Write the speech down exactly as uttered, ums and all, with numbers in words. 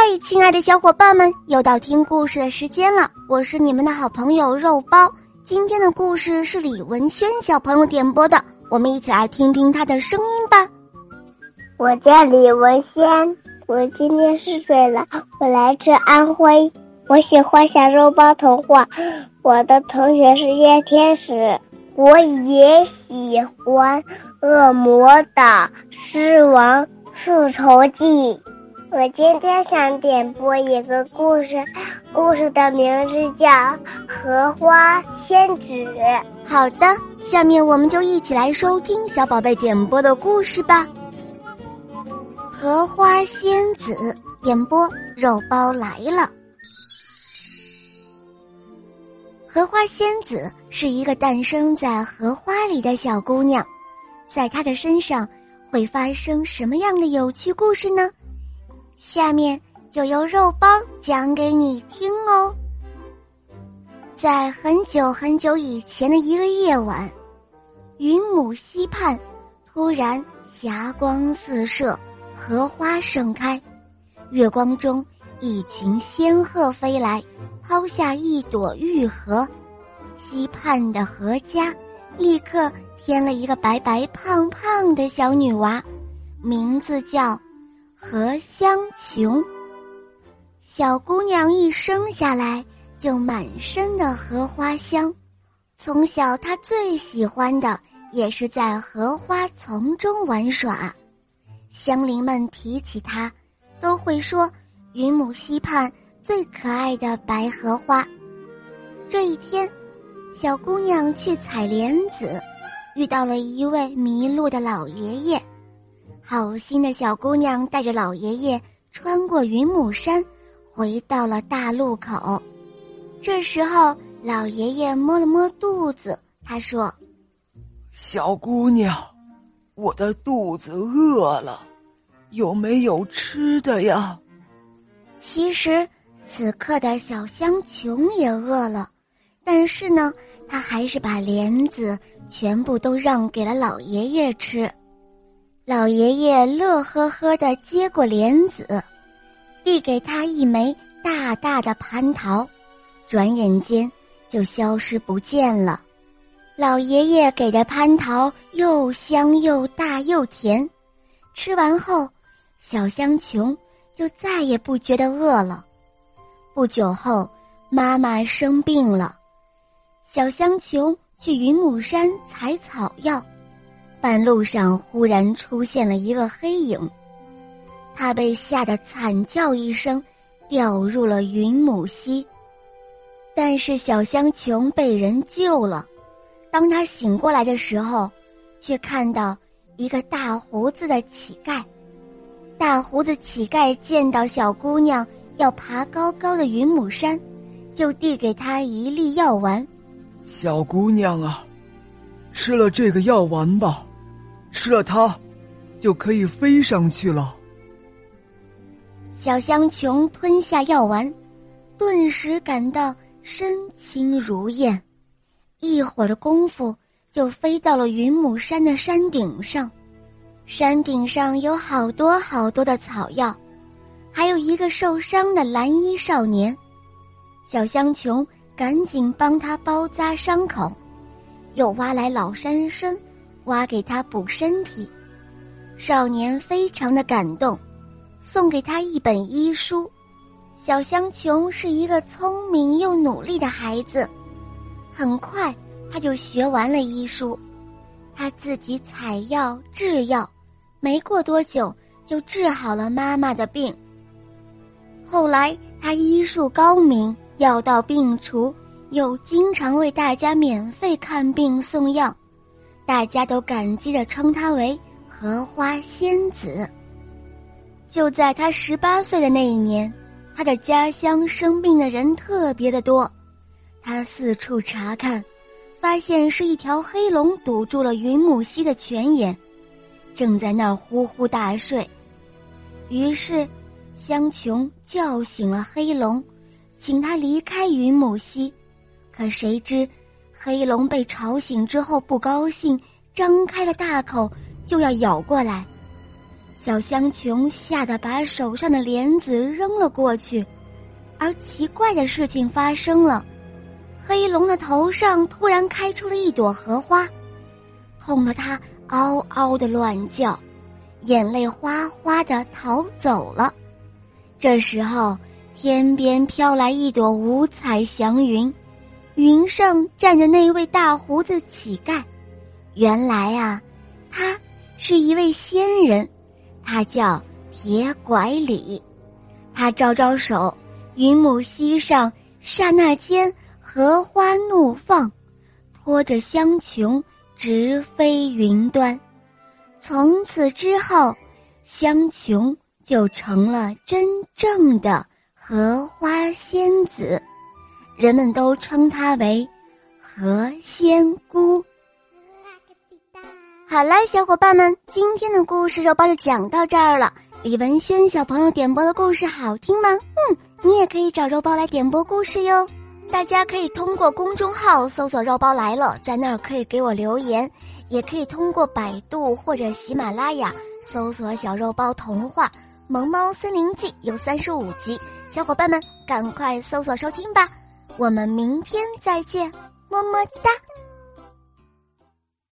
亲爱的小伙伴们，又到听故事的时间了，我是你们的好朋友肉包。今天的故事是李文轩小朋友点播的，我们一起来听听他的声音吧。 我叫李文轩，我今年四岁了，我来自安徽，我喜欢小肉包童话，我的同学是叶天使，我也喜欢恶魔的狮王复仇记。我今天想点播一个故事，故事的名字叫《荷花仙子》。 好的，下面我们就一起来收听小宝贝点播的故事吧。荷花仙子，演播肉包来了。荷花仙子是一个诞生在荷花里的小姑娘，在她的身上会发生什么样的有趣故事呢？下面就由肉包讲给你听哦。在很久很久以前的一个夜晚，云母溪畔突然霞光四射，荷花盛开，月光中一群仙鹤飞来，抛下一朵玉荷，溪畔的荷家立刻添了一个白白胖胖的小女娃，名字叫荷香琼。小姑娘一生下来就满身的荷花香，从小她最喜欢的也是在荷花丛中玩耍。乡邻们提起她，都会说云母溪畔最可爱的白荷花。这一天，小姑娘去采莲子，遇到了一位迷路的老爷爷。好心的小姑娘带着老爷爷穿过云母山，回到了大路口。这时候老爷爷摸了摸肚子，他说： 小姑娘，我的肚子饿了，有没有吃的呀？ 其实此刻的小香琼也饿了，但是呢，她还是把莲子全部都让给了老爷爷吃。老爷爷乐呵呵地接过莲子，递给他一枚大大的蟠桃，转眼间就消失不见了。老爷爷给的蟠桃又香又大又甜，吃完后，小香琼就再也不觉得饿了。不久后，妈妈生病了，小香琼去云母山采草药，半路上忽然出现了一个黑影，他被吓得惨叫一声，掉入了云母溪。但是小香琼被人救了，当他醒过来的时候，却看到一个大胡子的乞丐。大胡子乞丐见到小姑娘要爬高高的云母山，就递给她一粒药丸。 小姑娘啊，吃了这个药丸吧，吃了它就可以飞上去了。 小香琼吞下药丸，顿时感到身轻如燕，一会儿的功夫就飞到了云母山的山顶上。山顶上有好多好多的草药，还有一个受伤的蓝衣少年。小香琼赶紧帮他包扎伤口，又挖来老山参挖给他补身体。少年非常的感动，送给他一本医书。小香琼是一个聪明又努力的孩子，很快他就学完了医书。他自己采药制药，没过多久就治好了妈妈的病。后来他医术高明，药到病除，又经常为大家免费看病送药，大家都感激地称他为荷花仙子。就在他十八岁的那一年，他的家乡生病的人特别的多，他四处查看，发现是一条黑龙堵住了云母溪的泉眼，正在那儿呼呼大睡。于是香琼叫醒了黑龙，请他离开云母溪。可谁知黑龙被吵醒之后不高兴，张开了大口就要咬过来。 小香琼吓得把手上的帘子扔了过去，而奇怪的事情发生了，黑龙的头上突然开出了一朵荷花，痛得他嗷嗷的乱叫，眼泪哗哗地逃走了。这时候天边飘来一朵五彩祥云，云上站着那位大胡子乞丐。原来啊，他是一位仙人，他叫铁拐李。他招招手，云母溪上刹那间荷花怒放，拖着香琼直飞云端。从此之后，香琼就成了真正的荷花仙子，人们都称她为荷仙姑。好了，小伙伴们，今天的故事肉包就讲到这儿了。李文轩小朋友点播的故事好听吗？嗯，你也可以找肉包来点播故事哟。大家可以通过公众号搜索肉包来了，在那儿可以给我留言，也可以通过百度或者喜马拉雅搜索小肉包童话《萌猫森林记》，有三十五集，小伙伴们赶快搜索收听吧。我们明天再见，么么哒。